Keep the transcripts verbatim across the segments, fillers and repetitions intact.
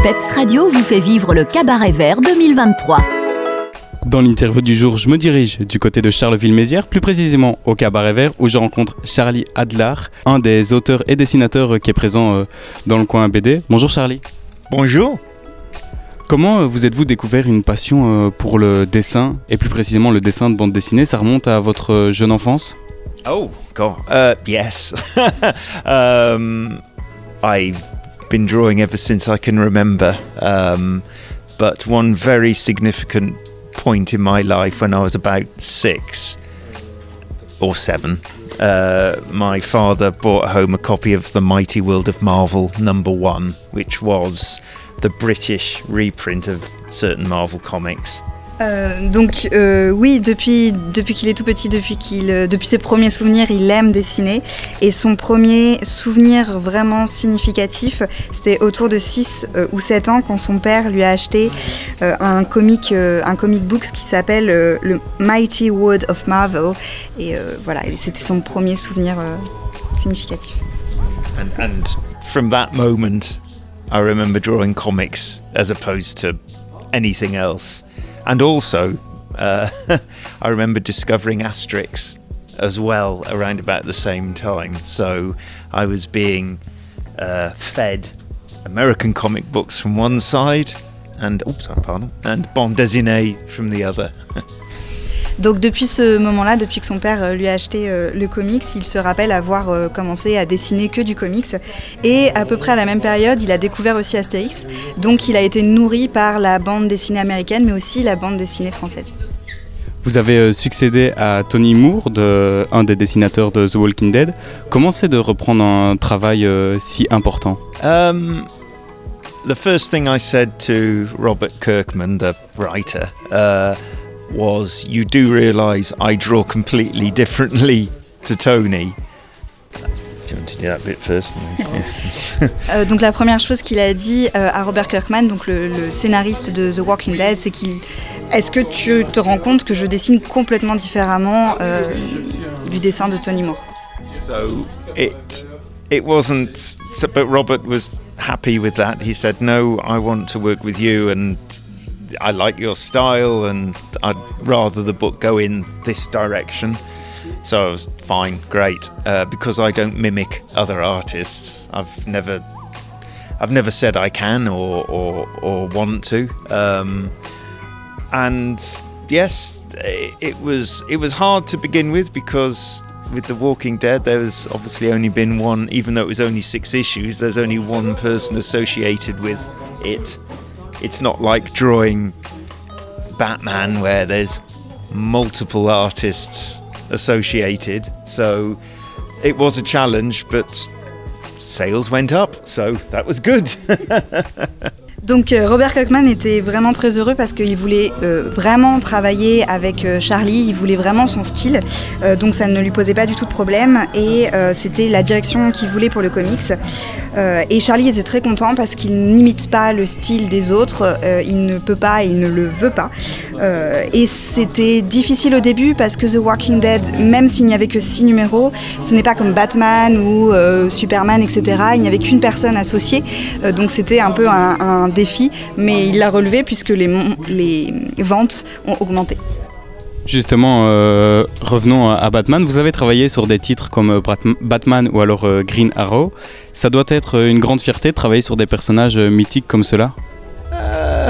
Peps Radio vous fait vivre le Cabaret Vert deux mille vingt-trois. Dans l'interview du jour, je me dirige du côté de Charleville-Mézières, plus précisément au Cabaret Vert, où je rencontre Charlie Adlar, un des auteurs et dessinateurs qui est présent dans le coin B D. Bonjour Charlie. Bonjour. Comment vous êtes-vous découvert une passion pour le dessin, et plus précisément le dessin de bande dessinée? Ça remonte à votre jeune enfance? Oh, God. Uh, yes. um, I've been drawing ever since I can remember. Um, but one very significant point in my life when I was about six or seven, uh, my father brought home a copy of The Mighty World of Marvel number one, which was the British reprint of certain Marvel comics. Euh, donc euh, oui, depuis, depuis qu'il est tout petit, depuis, qu'il, euh, depuis ses premiers souvenirs, il aime dessiner. Et son premier souvenir vraiment significatif, c'était autour de six euh, ou sept ans, quand son père lui a acheté euh, un, comic, euh, un comic book qui s'appelle euh, le Mighty World of Marvel. Et euh, voilà, c'était son premier souvenir euh, significatif. And, and from that moment, I remember drawing comics as opposed to anything else. And also, uh, I remember discovering Asterix as well around about the same time. So I was being uh, fed American comic books from one side and, oh, sorry, pardon, and bande dessinée from the other. Donc depuis ce moment-là, depuis que son père lui a acheté euh, le comics, il se rappelle avoir euh, commencé à dessiner que du comics. Et à peu près à la même période, il a découvert aussi Astérix. Donc il a été nourri par la bande dessinée américaine, mais aussi la bande dessinée française. Vous avez euh, succédé à Tony Moore, de, un des dessinateurs de The Walking Dead. Comment c'est de reprendre un travail euh, si important? Um, the first thing I said to Robert Kirkman, the writer, uh, was you do realise I draw completely differently to Tony. Do you want to do that bit first? euh, donc la première chose qu'il a dit euh, à Robert Kirkman, donc le, le scénariste de The Walking Dead, c'est qu'il est-ce que tu te rends compte que je dessine complètement différemment euh, du dessin de Tony Moore? So it it wasn't, so, but Robert was happy with that. He said, no, I want to work with you and I like your style and I'd rather the book go in this direction. So I was fine, great, uh, because I don't mimic other artists. I've never, I've never said I can or or, or want to. Um, and yes, it was it was hard to begin with because with The Walking Dead, there was obviously only been one, even though it was only six issues. There's only one person associated with it. It's not like drawing Batman where there's multiple artists associated. So it was a challenge, but sales went up, so that was good. Donc euh, Robert Kirkman était vraiment très heureux parce qu'il voulait euh, vraiment travailler avec euh, Charlie, il voulait vraiment son style, euh, donc ça ne lui posait pas du tout de problème et euh, c'était la direction qu'il voulait pour le comics. Euh, et Charlie était très content parce qu'il n'imite pas le style des autres, euh, il ne peut pas et il ne le veut pas. Euh, et c'était difficile au début parce que The Walking Dead, même s'il n'y avait que six numéros, ce n'est pas comme Batman ou euh, Superman, et cetera. Il n'y avait qu'une personne associée, euh, donc c'était un peu un, un défi, mais il l'a relevé puisque les, les ventes ont augmenté. Justement, euh, revenons à Batman. Vous avez travaillé sur des titres comme Batman ou alors euh, Green Arrow. Ça doit être une grande fierté de travailler sur des personnages mythiques comme ceux-là? Uh,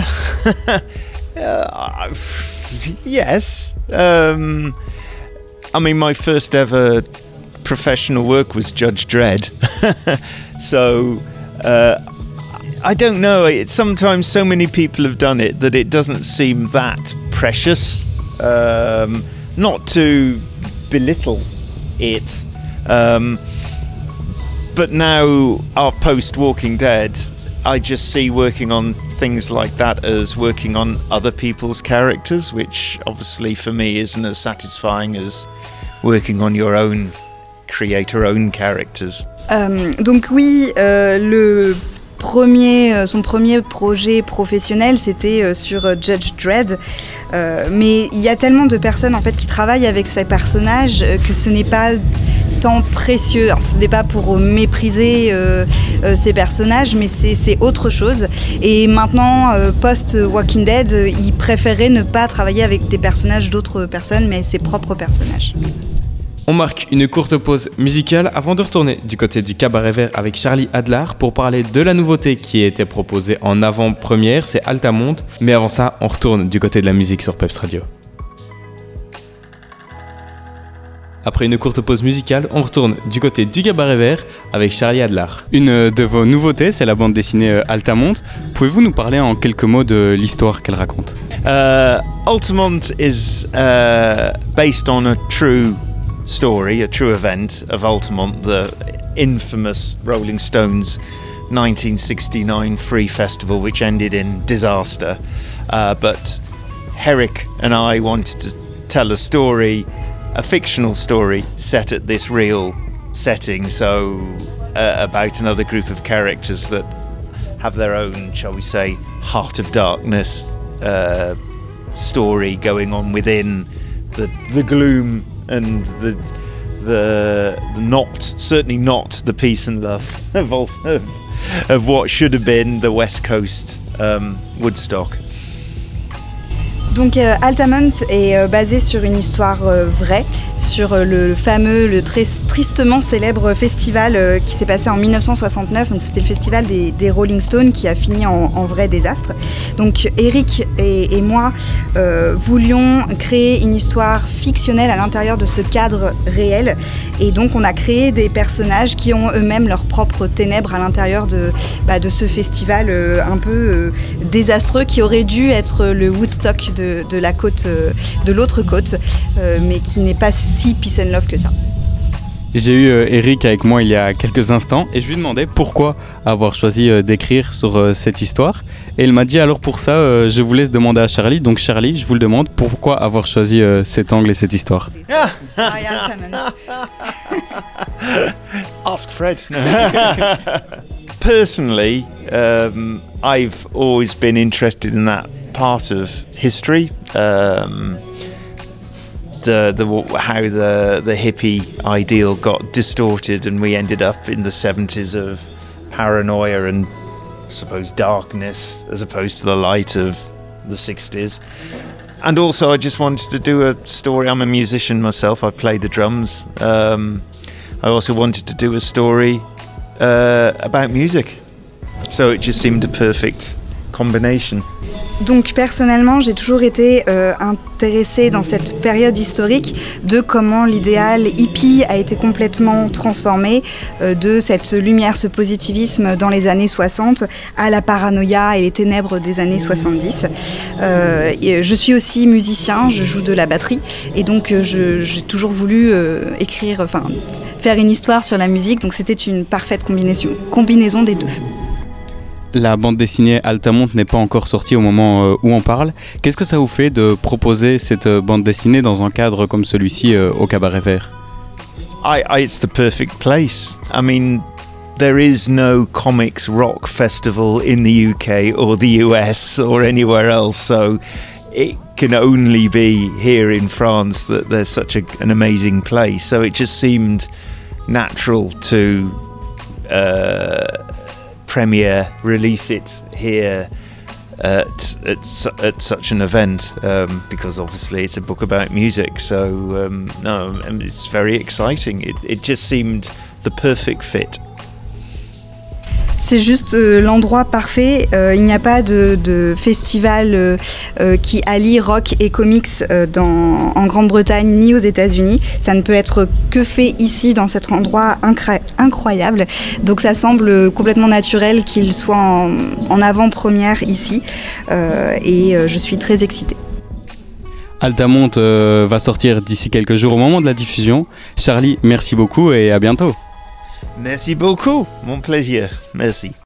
uh, yes. Um, I mean, my first ever professional work was Judge Dredd. So, uh, I don't know. It, sometimes so many people have done it that it doesn't seem that precious. Um, not to belittle it, um, but now our post-Walking Dead, I just see working on things like that as working on other people's characters, which obviously for me isn't as satisfying as working on your own, create your own characters. Euh, donc oui, euh, le Premier, son premier projet professionnel, c'était sur Judge Dredd. Euh, mais il y a tellement de personnes en fait qui travaillent avec ces personnages que ce n'est pas temps précieux. Alors, ce n'est pas pour mépriser euh, euh, ces personnages, mais c'est, c'est autre chose. Et maintenant, euh, post-Walking Dead, euh, il préférait ne pas travailler avec des personnages d'autres personnes, mais ses propres personnages. On marque une courte pause musicale avant de retourner du côté du Cabaret Vert avec Charlie Adlar pour parler de la nouveauté qui a été proposée en avant-première, c'est Altamonte. Mais avant ça, on retourne du côté de la musique sur Peps Radio. Après une courte pause musicale, on retourne du côté du Cabaret Vert avec Charlie Adlar. Une de vos nouveautés, c'est la bande dessinée Altamonte. Pouvez-vous nous parler en quelques mots de l'histoire qu'elle raconte ? Uh, Altamonte is uh, based on a true story, a true event of Altamont, the infamous Rolling Stones nineteen sixty-nine Free Festival, which ended in disaster. Uh, but Herrick and I wanted to tell a story, a fictional story set at this real setting, so uh, about another group of characters that have their own, shall we say, Heart of Darkness uh, story going on within the the gloom and the, the the not certainly not the peace and love of all, of, of what should have been the West Coast um, Woodstock. Donc euh, Altamonte est euh, basé sur une histoire euh, vraie, sur euh, le fameux, le très tristement célèbre festival euh, qui s'est passé en dix-neuf cent soixante-neuf. Donc, c'était le festival des, des Rolling Stones qui a fini en, en vrai désastre. Donc Eric et, et moi euh, voulions créer une histoire fictionnelle à l'intérieur de ce cadre réel. Et donc on a créé des personnages qui ont eux-mêmes leurs propres ténèbres à l'intérieur de, bah, de ce festival euh, un peu euh, désastreux qui aurait dû être le Woodstock de De, de la côte, de l'autre côte, euh, mais qui n'est pas si peace and love que ça. J'ai eu euh, Eric avec moi il y a quelques instants et je lui demandais pourquoi avoir choisi euh, d'écrire sur euh, cette histoire. Et il m'a dit alors pour ça, euh, je vous laisse demander à Charlie. Donc Charlie, je vous le demande, pourquoi avoir choisi euh, cet angle et cette histoire ? Ask Fred. Personally, um, I've always been interested in that part of history, um, the the how the the hippie ideal got distorted, and we ended up in the seventies of paranoia and I suppose darkness, as opposed to the light of the sixties. And also, I just wanted to do a story. I'm a musician myself. I play the drums. Um, I also wanted to do a story uh, about music, so it just seemed a perfect combination. Donc personnellement, j'ai toujours été euh, intéressée dans cette période historique de comment l'idéal hippie a été complètement transformé, euh, de cette lumière, ce positivisme dans les années soixante à la paranoïa et les ténèbres des années soixante-dix. Euh, et je suis aussi musicien, je joue de la batterie et donc euh, je, j'ai toujours voulu euh, écrire, enfin faire une histoire sur la musique, donc c'était une parfaite combinaison, combinaison des deux. La bande dessinée Altamonte n'est pas encore sortie au moment euh, où on parle. Qu'est-ce que ça vous fait de proposer cette euh, bande dessinée dans un cadre comme celui-ci euh, au Cabaret Vert ? I, I, it's the perfect place. I mean, there is no comics rock festival in the U K or the U S or anywhere else, so it can only be here in France that there's such a, an amazing place. So it just seemed natural to uh, premiere, release it here at, at, at such an event, um, because obviously it's a book about music. So um, no, it's very exciting. It, it just seemed the perfect fit. C'est juste euh, l'endroit parfait. Euh, il n'y a pas de, de festival euh, euh, qui allie rock et comics euh, dans, en Grande-Bretagne ni aux États-Unis. Ça ne peut être que fait ici, dans cet endroit incra- incroyable. Donc ça semble complètement naturel qu'il soit en, en avant-première ici. Euh, et euh, je suis très excitée. Altamonte euh, va sortir d'ici quelques jours au moment de la diffusion. Charlie, merci beaucoup et à bientôt. Merci beaucoup, mon plaisir. Merci.